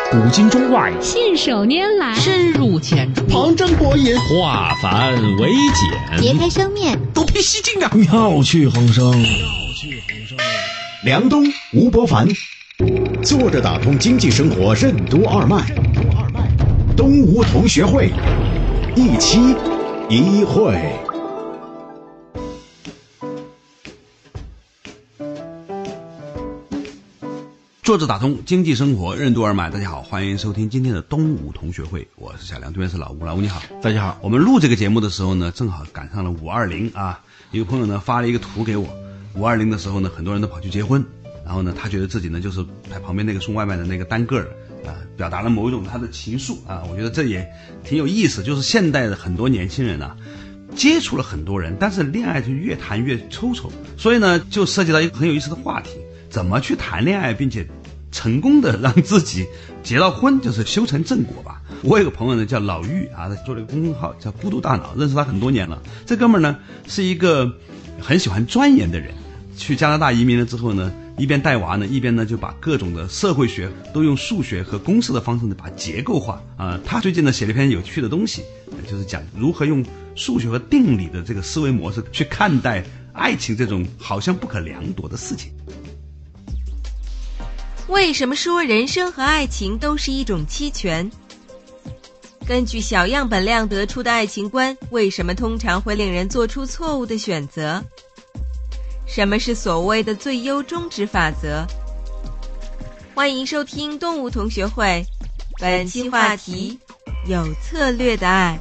古今中外， 信手拈来， 深入浅出， 旁征博引， 化繁为简， 揭开生面， 独辟蹊径啊！ 妙趣横生。 梁冬、吴伯凡，坐着打通经济生活任督二脉。东吴同学会，一期一会。 坐着打通经济生活任督二脉，大家好，欢迎收听今天的东吴同学会，我是小梁，对面是老吴，老吴你好。 大家好。 我们录这个节目的时候呢，正好赶上了520啊，一个朋友呢发了一个图给我，520的时候呢，很多人都跑去结婚，然后呢，他觉得自己呢就是在旁边那个送外卖的那个单个儿啊，表达了某一种他的情愫啊，我觉得这也挺有意思，就是现代的很多年轻人啊，接触了很多人，但是恋爱就越谈越抽抽，所以呢，就涉及到一个很有意思的话题。怎么去谈恋爱，并且成功的让自己结到婚，就是修成正果吧。我有个朋友呢叫老玉啊，他做了一个公众号叫孤独大脑，认识他很多年了。这哥们儿呢是一个很喜欢钻研的人，去加拿大移民了之后呢，一边带娃呢，一边呢就把各种的社会学都用数学和公式的方式呢把它结构化啊。他最近呢写了一篇有趣的东西，就是讲如何用数学和定理的这个思维模式去看待爱情这种好像不可量夺的事情。 为什么说人生和爱情都是一种期权？根据小样本量得出的爱情观，为什么通常会令人做出错误的选择？什么是所谓的最优终止法则？欢迎收听东吴同学会，本期话题：有策略的爱。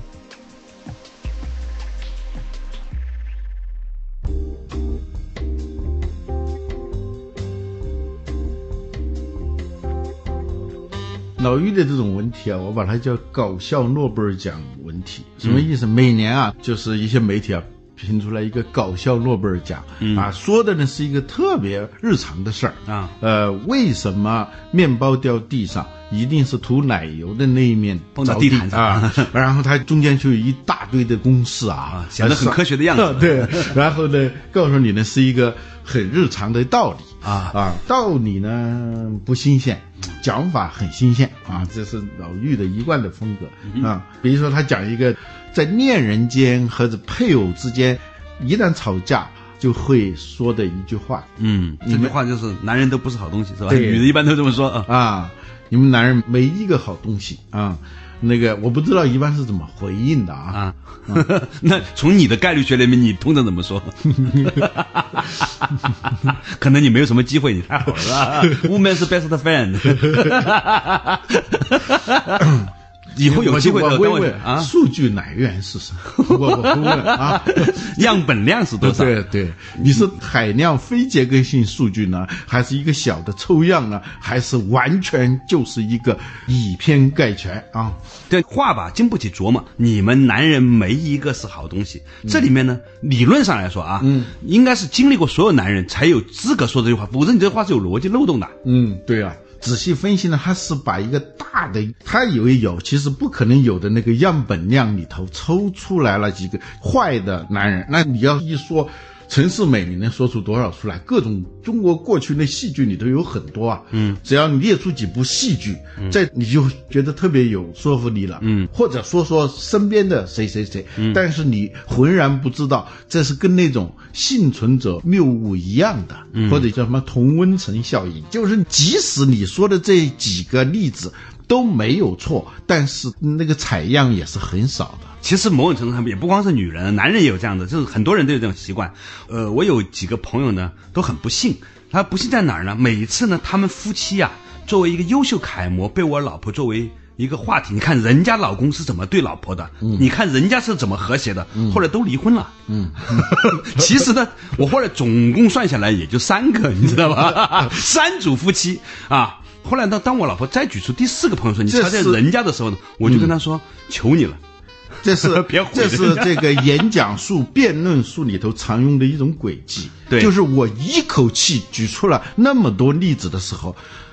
老玉的这种问题啊，我把它叫搞笑诺贝尔奖问题。什么意思？每年啊，就是一些媒体啊评出来一个搞笑诺贝尔奖，啊，说的呢是一个特别日常的事儿啊。为什么面包掉地上一定是涂奶油的那一面碰到地毯上啊？然后它中间就有一大堆的公式啊， 显得很科学的样子。 对，然后呢，告诉你呢是一个很日常的道理啊，道理呢不新鲜。讲法很新鲜啊，这是老玉的一贯的风格啊。比如说他讲一个在恋人间和配偶之间一旦吵架就会说的一句话， 这句话就是男人都不是好东西，是吧？女的一般都这么说啊，你们男人没一个好东西啊。那个我不知道一般是怎么回应的啊。 那从你的概率学里面，你通常怎么说？可能你没有什么机会，你太好了。Woman 是 best friend。以后有机会的， 我问啊，数据来源是什么？我不问啊， 样本量是多少？ 对，你是海量非结构性数据呢，还是一个小的抽样呢，还是完全就是一个以偏概全啊？ 这话吧，经不起琢磨。你们男人没一个是好东西，这里面呢，理论上来说啊，应该是经历过所有男人才有资格说这句话，否则你这话是有逻辑漏洞的。 对啊。仔细分析呢，他是把一个大的他以为有其实不可能有的那个样本量里头抽出来了几个坏的男人。那你要一说陈世美，你能说出多少出来？各种中国过去的戏剧里头有很多啊，只要你列出几部戏剧，这你就觉得特别有说服力了，或者说身边的谁谁谁，但是你浑然不知道这是跟那种幸存者谬误一样的，或者叫什么同温层效应，就是即使你说的这几个例子都没有错，但是那个采样也是很少的。 其实某种程度上也不光是女人，男人也有这样的，就是很多人都有这种习惯。我有几个朋友呢都很不幸，他不幸在哪儿呢？每一次呢，他们夫妻啊作为一个优秀楷模，被我老婆作为一个话题，你看人家老公是怎么对老婆的，你看人家是怎么和谐的，后来都离婚了。其实呢，我后来总共算下来也就3个，你知道吧？3组夫妻啊。后来呢，当我老婆再举出第4个朋友说你瞧见人家的时候呢，我就跟他说，求你了。 这是这个演讲术、辩论术里头常用的一种轨迹。对，就是我一口气举出了那么多例子的时候，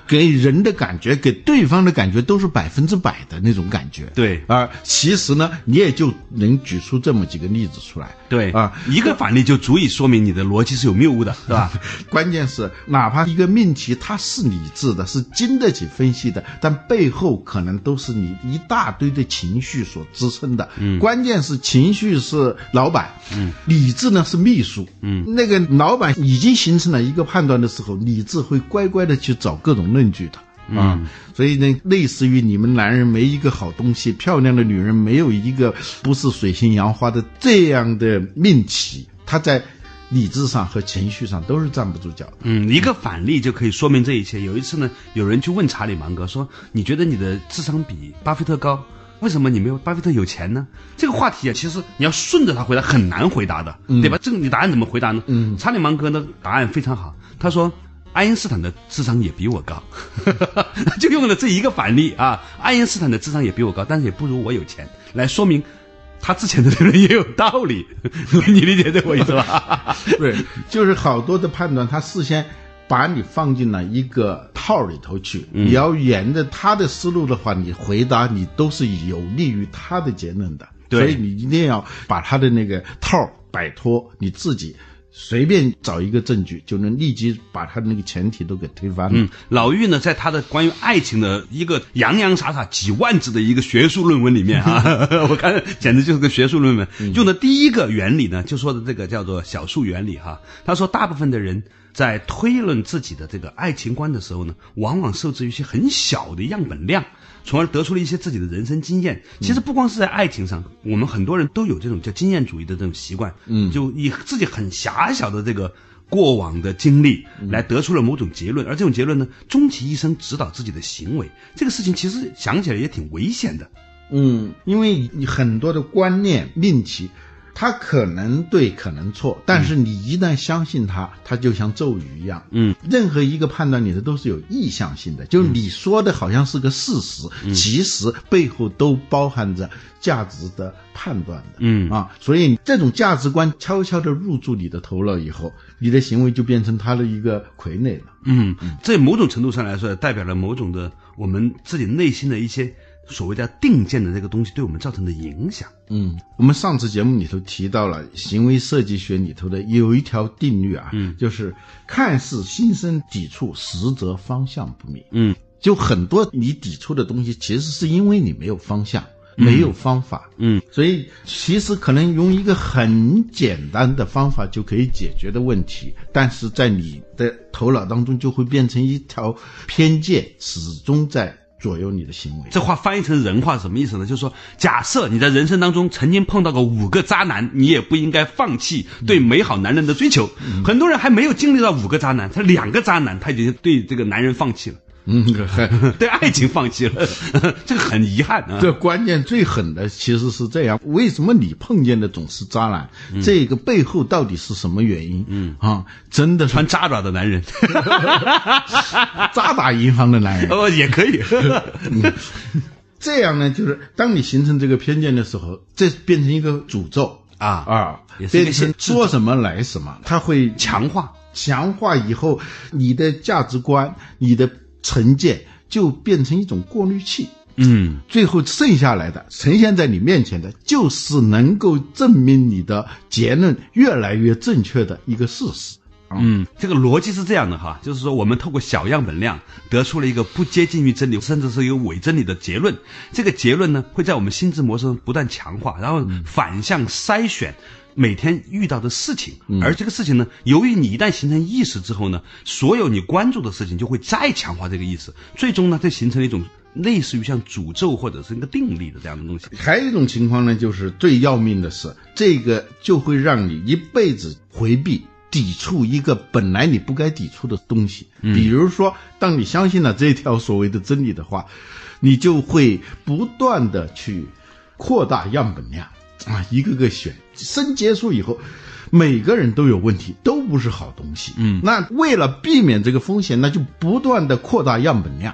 给人的感觉，给对方的感觉都是100%的那种感觉。 对其实呢，你也就能举出这么几个例子出来。 对一个反例就足以说明你的逻辑是有谬误的，是吧？ 关键是，哪怕一个命题它是理智的，是经得起分析的，但背后可能都是你一大堆的情绪所支撑的。关键是情绪是老板，理智呢是秘书。那个老板已经形成了一个判断的时候，理智会乖乖的去找各种论据的。所以呢，类似于你们男人没一个好东西，漂亮的女人没有一个不是水性杨花的这样的命题，他在理智上和情绪上都是站不住脚的。 一个反例就可以说明这一切。有一次呢，有人去问查理芒格说，你觉得你的智商比巴菲特高，为什么你没有巴菲特有钱呢？这个话题啊，其实你要顺着他回答很难回答的，对吧？这个你答案怎么回答呢？查理芒格的答案非常好，他说爱因斯坦的智商也比我高就用了这一个反例啊，爱因斯坦的智商也比我高，但是也不如我有钱，来说明他之前的理论也有道理你理解这我意思吧？ 对，就是好多的判断他事先把你放进了一个套里头去，你要沿着他的思路的话，你回答你都是有利于他的结论的。所以你一定要把他的那个套摆脱，你自己随便找一个证据就能立即把他的那个前提都给推翻了。 老郁呢，在他的关于爱情的一个洋洋洒洒几万字的一个学术论文里面啊我看简直就是个学术论文，用的第一个原理呢，就说的这个叫做小数原理哈。他说大部分的人在推论自己的这个爱情观的时候呢，往往受制于一些很小的样本量，从而得出了一些自己的人生经验。其实不光是在爱情上，我们很多人都有这种叫经验主义的这种习惯，就以自己很狭小的这个过往的经历来得出了某种结论，而这种结论呢，终其一生指导自己的行为。这个事情其实想起来也挺危险的。 因为你很多的观念命题它可能对可能错，但是你一旦相信它就像咒语一样。任何一个判断里头都是有意向性的，就是你说的好像是个事实，其实背后都包含着价值的判断的。所以这种价值观悄悄地入驻你的头脑以后，你的行为就变成他的一个傀儡了。 这某种程度上来说，代表了某种的我们自己内心的一些所谓叫定见的这个东西对我们造成的影响。 我们上次节目里头提到了行为设计学里头的有一条定律啊，就是看似心生抵触，实则方向不明。就很多你抵触的东西，其实是因为你没有方向，没有方法。所以其实可能用一个很简单的方法就可以解决的问题，但是在你的头脑当中就会变成一条偏见，始终在左右你的行为。 这话翻译成人话是什么意思呢？就是说，假设你在人生当中曾经碰到过5个渣男，你也不应该放弃对美好男人的追求。很多人还没有经历到5个渣男，他2个渣男他已经对这个男人放弃了。对爱情放弃了这个很遗憾啊。 这关键最狠的其实是这样，为什么你碰见的总是渣男？这个背后到底是什么原因？真的是穿渣爪的男人渣打银行的男人也可以这样呢，就是当你形成这个偏见的时候，这变成一个诅咒变成说什么来什么，它会强化以后，你的价值观，你的成见就变成一种过滤器。最后剩下来的呈现在你面前的就是能够证明你的结论越来越正确的一个事实。 这个逻辑是这样的哈，就是说我们透过小样本量得出了一个不接近于真理，甚至是一个伪真理的结论。这个结论呢，会在我们心智模式中不断强化，然后反向筛选每天遇到的事情。而这个事情呢，由于你一旦形成意识之后呢，所有你关注的事情就会再强化这个意识，最终呢，这形成了一种类似于像诅咒或者是一个定力的这样的东西。 还有一种情况呢，就是最要命的是，这个就会让你一辈子回避抵触一个本来你不该抵触的东西。比如说当你相信了这条所谓的真理的话，你就会不断的去扩大样本量一个个选，生结束以后每个人都有问题，都不是好东西。那为了避免这个风险，那就不断的扩大样本量。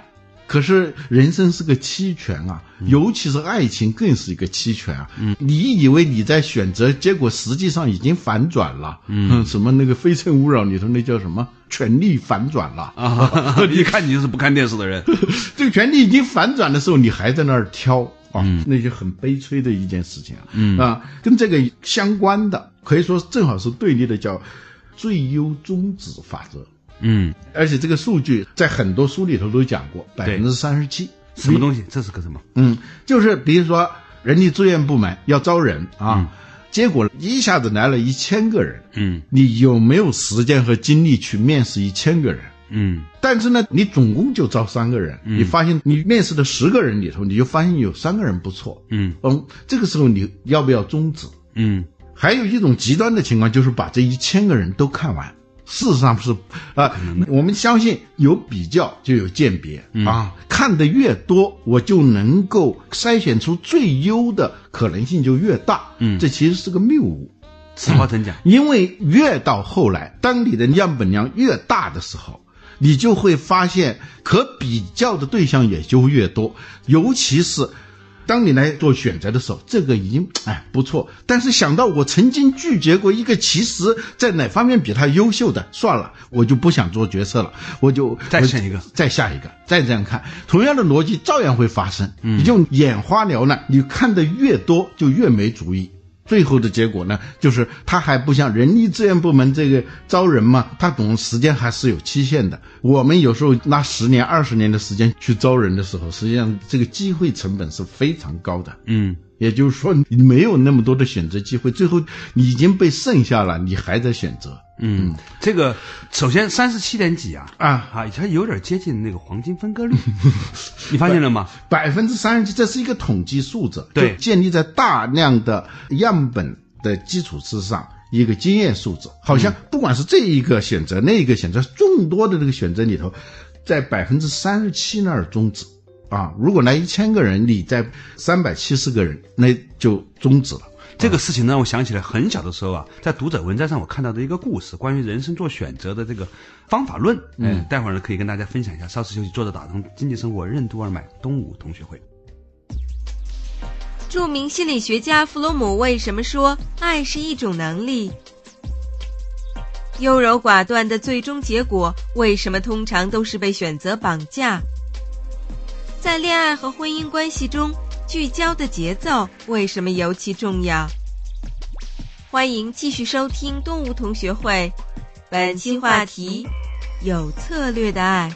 可是人生是个期权啊，尤其是爱情更是一个期权啊。你以为你在选择，结果实际上已经反转了。什么那个《非诚勿扰》里头那叫什么？权力反转了啊！一看你就是不看电视的人。 这个权力已经反转的时候，你还在那儿挑啊，那就很悲催的一件事情啊。跟这个相关的，可以说正好是对立的，叫最优终止法则。而且这个数据在很多书里头都讲过，37%。 什么东西？这是个什么？ 就是比如说人力资源部门要招人啊。结果一下子来了1000个人，你有没有时间和精力去面试1000个人？但是呢，你总共就招3个人，你发现你面试的10个人里头，你就发现有3个人不错，这个时候你要不要终止？还有一种极端的情况，就是把这1000个人都看完。事实上是我们相信有比较就有鉴别看得越多，我就能够筛选出最优的可能性就越大。这其实是个谬误。 此话怎讲？ 因为越到后来，当你的样本量越大的时候，你就会发现可比较的对象也就越多，尤其是当你来做选择的时候，这个已经不错，但是想到我曾经拒绝过一个其实在哪方面比他优秀的，算了，我就不想做决策了，我就再选一个， 再下一个，再这样看，同样的逻辑照样会发生。你就眼花缭乱，你看的越多就越没主意。最后的结果呢，就是他还不像人力资源部门这个招人嘛，他总时间还是有期限的。我们有时候拿10年、20年的时间去招人的时候，实际上这个机会成本是非常高的。也就是说你没有那么多的选择机会，最后你已经被剩下了，你还在选择。 这个首先37点几它有点接近那个黄金分割率，你发现了吗 ？37%，这是一个统计数字， 对， 就建立在大量的样本的基础之上，一个经验数字。好像不管是这一个选择，那一个选择，众多的这个选择里头，在37%那儿终止如果来1000个人，你在370个人，那就终止了。 这个事情让我想起来很小的时候在读者文摘上我看到的一个故事，关于人生做选择的这个方法论。待会儿呢可以跟大家分享一下。稍事休息，坐着打通经济生活任督二脉，东吴同学会。 著名心理学家弗洛姆为什么说爱是一种能力？优柔寡断的最终结果为什么通常都是被选择绑架？在恋爱和婚姻关系中，聚焦的节奏为什么尤其重要？欢迎继续收听东吴同学会，本期话题：有策略的爱。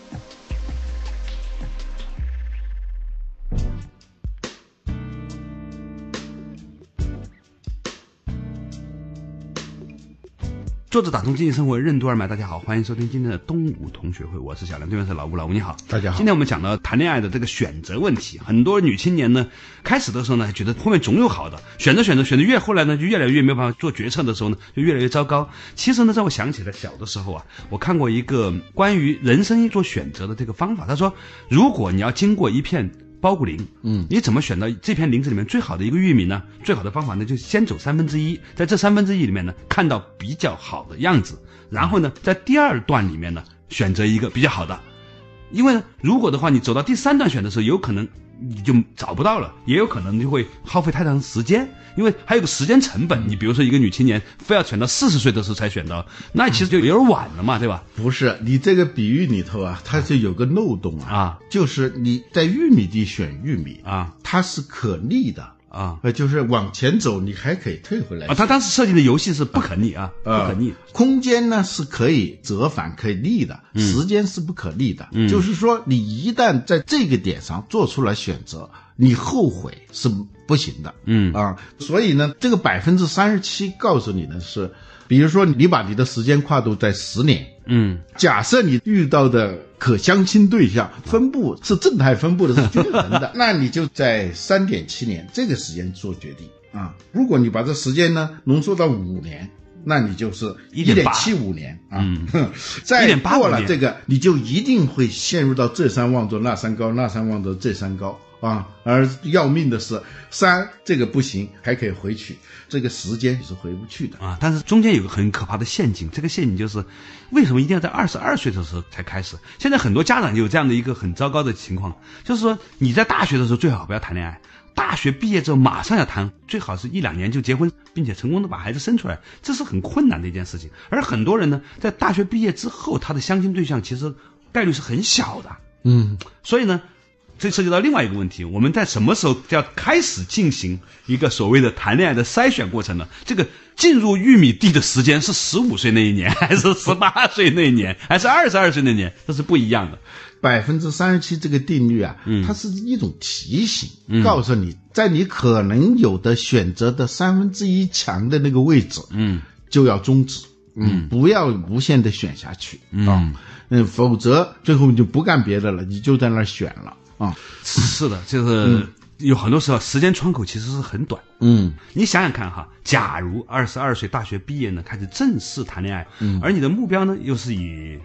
坐着打通经济生活任督二脉，大家好，欢迎收听今天的东吴同学会，我是小梁，对面是老吴，老吴你好。 大家好。 今天我们讲到谈恋爱的这个选择问题，很多女青年呢，开始的时候呢，觉得后面总有好的，选择越后来呢，就越来越没有办法做决策的时候呢，就越来越糟糕。其实呢，让我想起了小的时候我看过一个关于人生做选择的这个方法，他说，如果你要经过一片包谷林，你怎么选到这片林子里面最好的一个玉米呢？最好的方法呢，就先走1/3，在这1/3里面呢，看到比较好的样子，然后呢，在第2段里面呢，选择一个比较好的。因为呢，如果的话，你走到第3段选的时候，有可能你就找不到了，也有可能就会耗费太长时间，因为还有个时间成本。你比如说一个女青年非要选到40岁的时候才选到，那其实就有点晚了嘛，对吧？ 不是，你这个比喻里头它就有个漏洞就是你在玉米地选玉米它是可逆的就是往前走你还可以退回来他当时设计的游戏是不可逆不可逆。 空间呢是可以折返可以逆的，时间是不可逆的。就是说你一旦在这个点上做出了选择，你后悔是不行的。所以呢，这个37%告诉你的是，比如说你把你的时间跨度在10年，假设你遇到的可相亲对象分布是正态分布的，是均衡的，那你就在3.7年这个时间做决定如果你把这时间呢浓缩到5年，那你就是1.75年再过了这个，你就一定会陷入到这山望着那山高，那山望着这山高啊，而要命的是3这个不行，还可以回去，这个时间是回不去的啊。但是中间有个很可怕的陷阱，这个陷阱就是为什么一定要在22岁的时候才开始？现在很多家长有这样的一个很糟糕的情况，就是说你在大学的时候最好不要谈恋爱，大学毕业之后马上要谈，最好是1-2年就结婚，并且成功的把孩子生出来，这是很困难的一件事情。而很多人呢，在大学毕业之后，他的相亲对象其实概率是很小的。所以呢，这涉及到另外一个问题，我们在什么时候要开始进行一个所谓的谈恋爱的筛选过程呢？这个进入玉米地的时间是15岁那一年，还是18岁那一年，还是22岁那年，这是不一样的。 37%这个定律啊，它是一种提醒，告诉你在你可能有的选择的1/3强的那个位置，就要终止，不要无限的选下去否则最后你就不干别的了，你就在那儿选了啊。 是的，就是有很多时候时间窗口其实是很短。你想想看哈，假如22岁大学毕业呢，开始正式谈恋爱，而你的目标呢又是以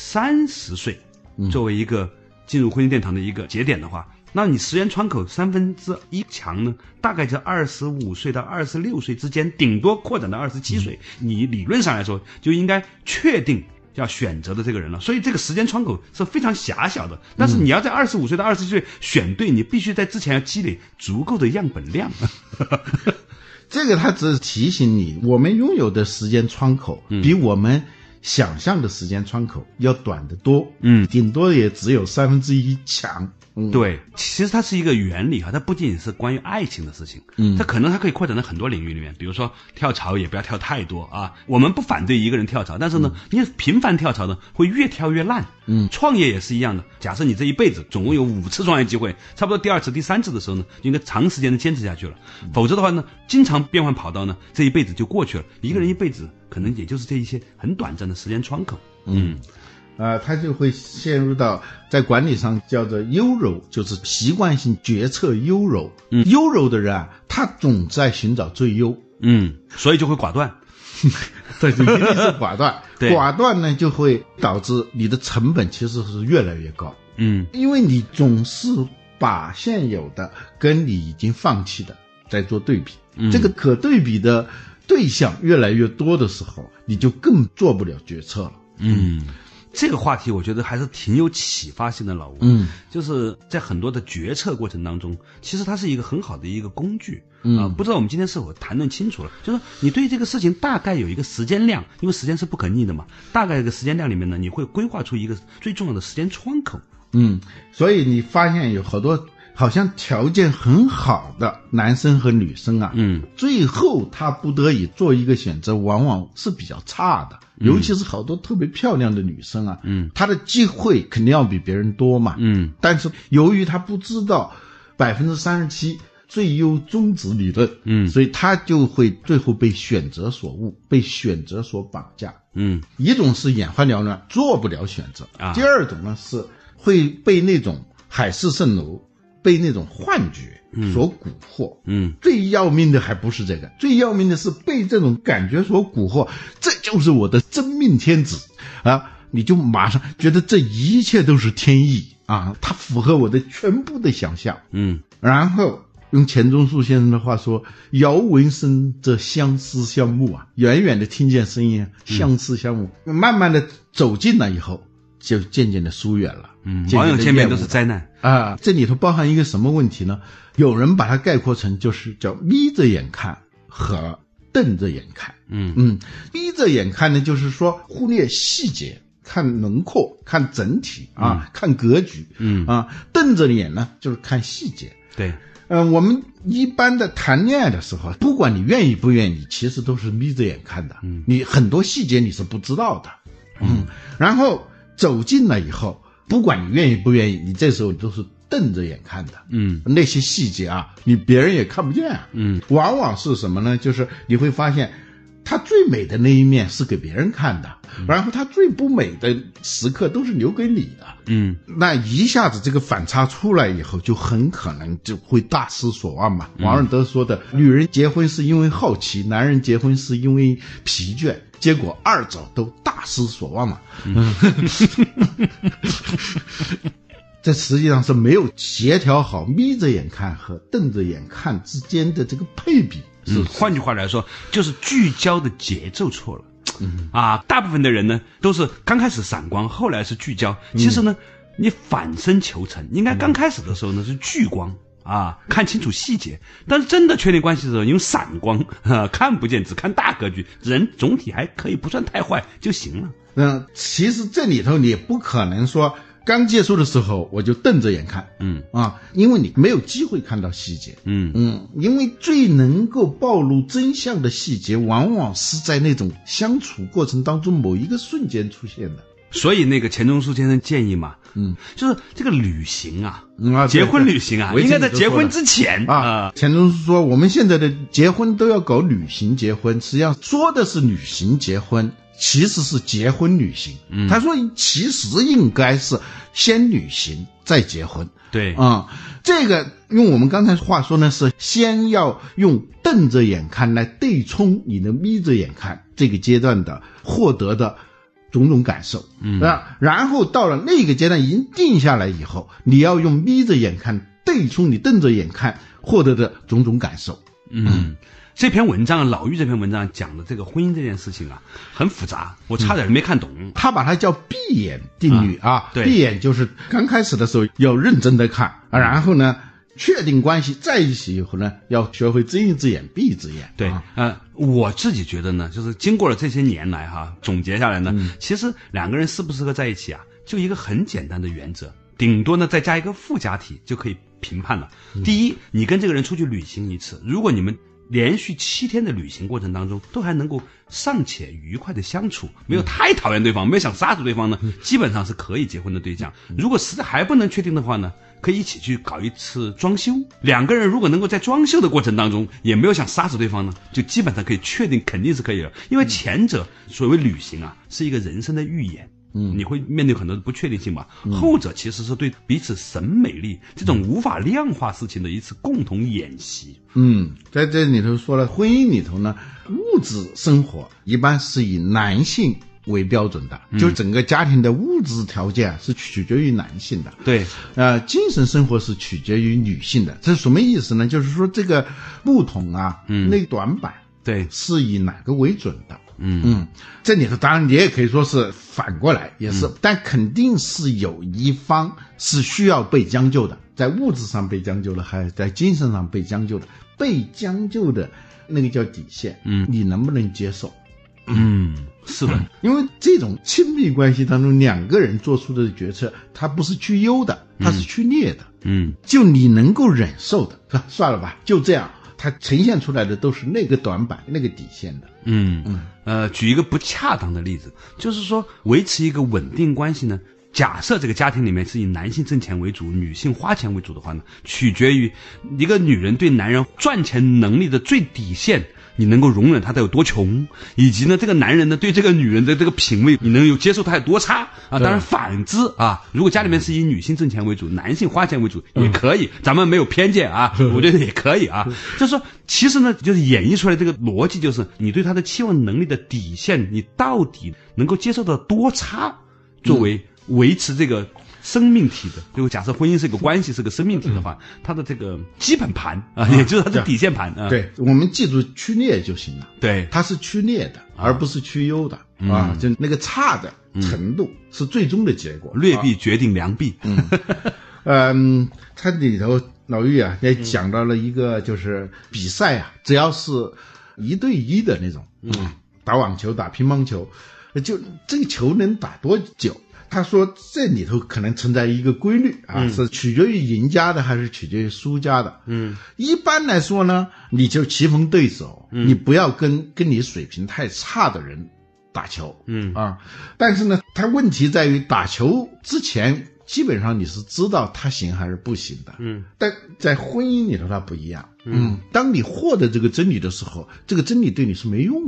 30岁作为一个进入婚姻殿堂的一个节点的话，那你时间窗口1/3强呢，大概在25岁到26岁之间，顶多扩展到27岁，你理论上来说就应该确定要选择的这个人了。所以这个时间窗口是非常狭小的，但是你要在25岁到27岁选对，你必须在之前要积累足够的样本量。 这个他只是提醒你，我们拥有的时间窗口比我们想象的时间窗口要短得多，顶多也只有1/3强。 对，其实它是一个原理哈，它不仅仅是关于爱情的事情，它可能它可以扩展到很多领域里面，比如说跳槽也不要跳太多啊。我们不反对一个人跳槽，但是呢，你频繁跳槽呢，会越跳越烂。创业也是一样的，假设你这一辈子总共有5次创业机会，差不多第2次、第3次的时候呢，应该长时间的坚持下去了，否则的话呢，经常变换跑道呢，这一辈子就过去了。一个人一辈子可能也就是这一些很短暂的时间窗口。 他就会陷入到在管理上叫做优柔，就是习惯性决策优柔。优柔的人啊，他总在寻找最优， 所以就会寡断。 对，就一定是寡断。 对， 寡断呢就会导致你的成本其实是越来越高。因为你总是把现有的跟你已经放弃的在做对比，这个可对比的对象越来越多的时候，你就更做不了决策了。 这个话题我觉得还是挺有启发性的，老吴。就是在很多的决策过程当中，其实它是一个很好的一个工具。不知道我们今天是否谈论清楚了，就是说你对这个事情大概有一个时间量，因为时间是不可逆的嘛，大概这个时间量里面呢，你会规划出一个最重要的时间窗口。 所以你发现有好多好像条件很好的男生和女生啊，最后他不得已做一个选择，往往是比较差的。尤其是好多特别漂亮的女生啊，她的机会肯定要比别人多嘛，但是由于她不知道37%最优终止理论，所以她就会最后被选择所误，被选择所绑架。一种是眼花缭乱，做不了选择第二种呢是会被那种海市蜃楼，被那种幻觉所蛊惑。最要命的还不是这个，最要命的是被这种感觉所蛊惑，这就是我的真命天子啊！你就马上觉得这一切都是天意啊，它符合我的全部的想象。然后用钱钟书先生的话说，遥闻声则相思相慕啊，远远的听见声音相思相慕，慢慢的走近了以后就渐渐的疏远了。 网友见面都是灾难啊！这里头包含一个什么问题呢？有人把它概括成就是叫眯着眼看和瞪着眼看。眯着眼看呢，就是说忽略细节，看轮廓，看整体啊，看格局。瞪着眼呢，就是看细节。 对。 我们一般的谈恋爱的时候，不管你愿意不愿意，其实都是眯着眼看的。你很多细节你是不知道的。然后走近了以后，不管你愿意不愿意，你这时候都是瞪着眼看的。那些细节啊，你别人也看不见啊。往往是什么呢？就是你会发现他最美的那一面是给别人看的，然后他最不美的时刻都是留给你的。那一下子这个反差出来以后，就很可能就会大失所望嘛。王尔德说的，女人结婚是因为好奇，男人结婚是因为疲倦，结果二者都大失所望嘛。 这实际上是没有协调好眯着眼看和瞪着眼看之间的这个配比。 换句话来说，就是聚焦的节奏错了。大部分的人呢都是刚开始闪光，后来是聚焦。其实呢，你反身求成，应该刚开始的时候呢是聚光看清楚细节，但是真的确定关系的时候用闪光看不见，只看大格局，人总体还可以，不算太坏就行了。 其实这里头你不可能说刚接触的时候我就瞪着眼看，因为你没有机会看到细节，因为最能够暴露真相的细节，往往是在那种相处过程当中某一个瞬间出现的。 所以那个钱钟书先生建议嘛，就是这个旅行结婚旅行应该在结婚之前钱钟书说，我们现在的结婚都要搞旅行结婚，实际上说的是旅行结婚，其实是结婚旅行。他说其实应该是先旅行再结婚。 对这个用我们刚才话说呢，是先要用瞪着眼看来对冲你的眯着眼看这个阶段的获得的种种感受，然后到了那个阶段已经定下来以后，你要用眯着眼看对冲你瞪着眼看获得的种种感受。 这篇文章老妪这篇文章讲的这个婚姻这件事情很复杂，我差点没看懂。 他把它叫闭眼定律对， 闭眼就是刚开始的时候要认真的看，然后呢确定关系在一起以后呢，要学会睁一只眼闭一只眼。 对，我自己觉得呢，就是经过了这些年来总结下来呢，其实两个人适不适合在一起就一个很简单的原则，顶多呢再加一个附加题就可以评判了。第一，你跟这个人出去旅行一次，如果你们连续7天的旅行过程当中都还能够尚且愉快的相处，没有太讨厌对方，没有想杀死对方呢，基本上是可以结婚的对象。如果实在还不能确定的话呢，可以一起去搞一次装修。两个人如果能够在装修的过程当中也没有想杀死对方呢，就基本上可以确定肯定是可以了。因为前者所谓旅行是一个人生的预演，你会面对很多的不确定性嘛。后者其实是对彼此审美力这种无法量化事情的一次共同演习。 在这里头说了，婚姻里头呢，物质生活一般是以男性为标准的，就整个家庭的物质条件是取决于男性的。 对， 精神生活是取决于女性的。这是什么意思呢？就是说这个木桶那短板对是以哪个为准的？这里头当然你也可以说是反过来，也是，但肯定是有一方是需要被将就的，在物质上被将就的，还在精神上被将就的。被将就的那个叫底线，你能不能接受？ 是的， 因为这种亲密关系当中，两个人做出的决策，它不是去优的，它是去劣的。就你能够忍受的，算了吧，就这样。它呈现出来的都是那个短板、那个底线的。 举一个不恰当的例子，就是说维持一个稳定关系呢，假设这个家庭里面是以男性挣钱为主，女性花钱为主的话呢，取决于一个女人对男人赚钱能力的最底线，你能够容忍他有多穷，以及呢这个男人呢对这个女人的这个品味，你能有接受他有多差当然反之如果家里面是以女性挣钱为主，男性花钱为主也可以，咱们没有偏见我觉得也可以就是说其实呢就是演绎出来这个逻辑，就是你对他的期望能力的底线，你到底能够接受到多差，作为维持这个生命体的，如果假设婚姻是一个关系，是个生命体的话，它的这个基本盘也就是它的底线盘对，我们记住趋劣就行了。对，它是趋劣的，而不是趋优的就那个差的程度是最终的结果。 劣币决定良币。 它里头老妪也讲到了一个就是比赛只要是1对1的那种，打网球、打乒乓球，就这个球能打多久？他说这里头可能存在一个规律是取决于赢家的还是取决于输家的。一般来说呢，你就棋逢对手，你不要跟你水平太差的人打球。但是呢，他问题在于打球之前基本上你是知道他行还是不行的。但在婚姻里头它不一样。当你获得这个真理的时候，这个真理对你是没用的。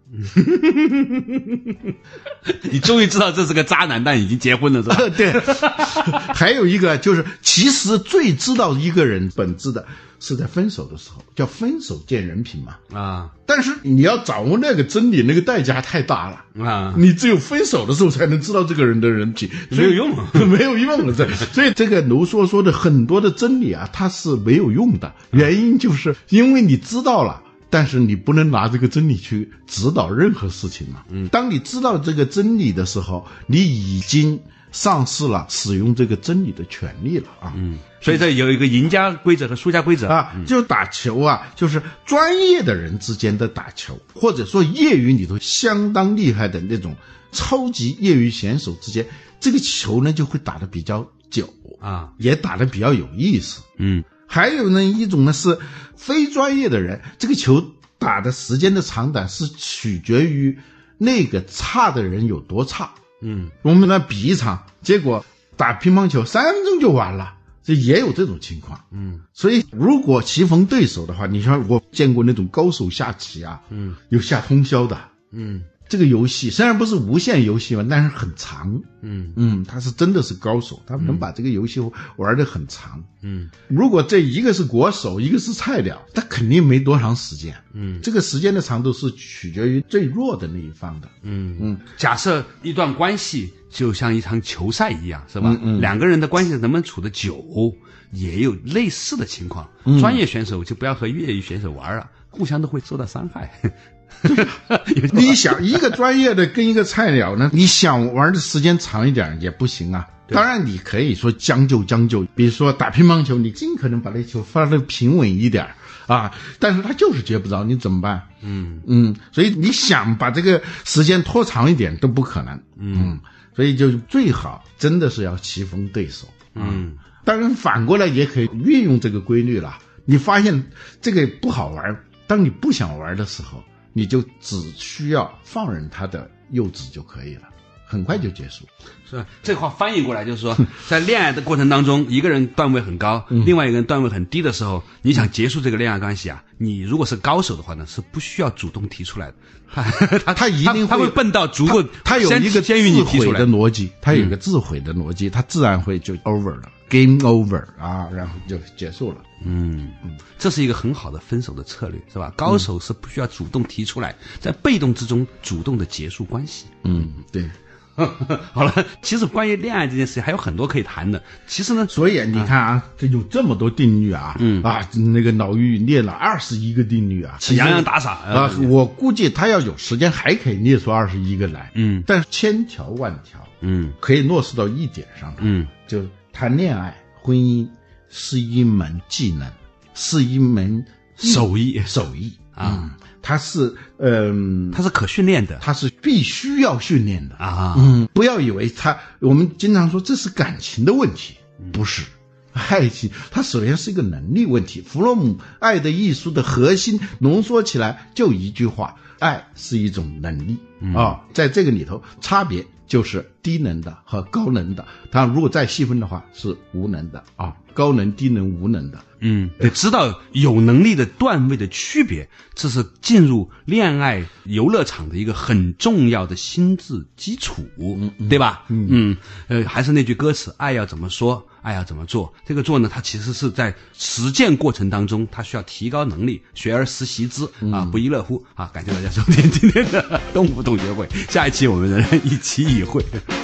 你终于知道这是个渣男，但已经结婚了，是吧？ 对，还有一个就是，其实最知道一个人本质的是在分手的时候，叫分手见人品嘛。啊，但是你要掌握那个真理，那个代价太大了啊！你只有分手的时候才能知道这个人的人品， 没有用， 没有用了。所以这个卢梭说的很多的真理啊，它是没有用的，原因就是因为你知道了。但是你不能拿这个真理去指导任何事情嘛。当你知道这个真理的时候，你已经丧失了使用这个真理的权利了啊。 所以这有一个赢家规则和输家规则啊，就打球啊，就是专业的人之间的打球，或者说业余里头相当厉害的那种超级业余选手之间，这个球呢就会打得比较久啊，也打得比较有意思。还有呢一种呢是非专业的人，这个球打的时间的长短是取决于那个差的人有多差。我们来比一场，结果打乒乓球3分钟就完了，这也有这种情况。所以如果棋逢对手的话，你像我见过那种高手下棋啊，有下通宵的。这个游戏虽然不是无限游戏嘛，但是很长。他是真的是高手，他能把这个游戏玩得很长。如果这一个是国手，一个是菜鸟，他肯定没多长时间。这个时间的长度是取决于最弱的那一方的。 假设一段关系就像一场球赛一样，是吧？两个人的关系能不能处得久，也有类似的情况。专业选手就不要和业余选手玩了，互相都会受到伤害。 你想一个专业的跟一个菜鸟呢，你想玩的时间长一点也不行啊。当然你可以说将就，比如说打乒乓球，你尽可能把那球发得平稳一点啊，但是他就是接不着，你怎么办？所以你想把这个时间拖长一点都不可能。所以就最好真的是要棋逢对手。当然反过来也可以运用这个规律了。你发现这个不好玩，当你不想玩的时候，你就只需要放任他的幼稚就可以了，很快就结束。 是吧？这话翻译过来就是说，在恋爱的过程当中，一个人段位很高，另外一个人段位很低的时候，你想结束这个恋爱关系啊，你如果是高手的话呢，是不需要主动提出来的。 他一定他会笨到足够， 他有一个先于你提出来的逻辑，他有一个自毁的逻辑，他自然会就 over 了。Game over 啊，然后就结束了。 这是一个很好的分手的策略，是吧？高手是不需要主动提出来，在被动之中主动的结束关系。 对。 好了，其实关于恋爱这件事情还有很多可以谈的。其实呢， 所以你看啊，这有这么多定律啊，那个老俞列了21个定律啊， 洋洋打洒啊。 我估计他要有时间还可以列出21个来。但是千条万条，可以落实到一点上的。就谈恋爱、婚姻是一门技能，是一门手艺啊。它是可训练的， 它是必须要训练的啊。 不要以为我们经常说这是感情的问题，不是。爱情它首先是一个能力问题。弗洛姆《爱的艺术》的核心浓缩起来就一句话：爱是一种能力啊。在这个里头，差别就是低能的和高能的。当然，如果再细分的话，是无能的啊，高能、低能、无能的。 得知道有能力的段位的区别，这是进入恋爱游乐场的一个很重要的心智基础，对吧？还是那句歌词：爱要怎么说，爱要怎么做。这个做呢，它其实是在实践过程当中，它需要提高能力，学而时习之啊，不亦乐乎啊！感谢大家收听今天的东吴同学会，下一期我们仍然一期一会。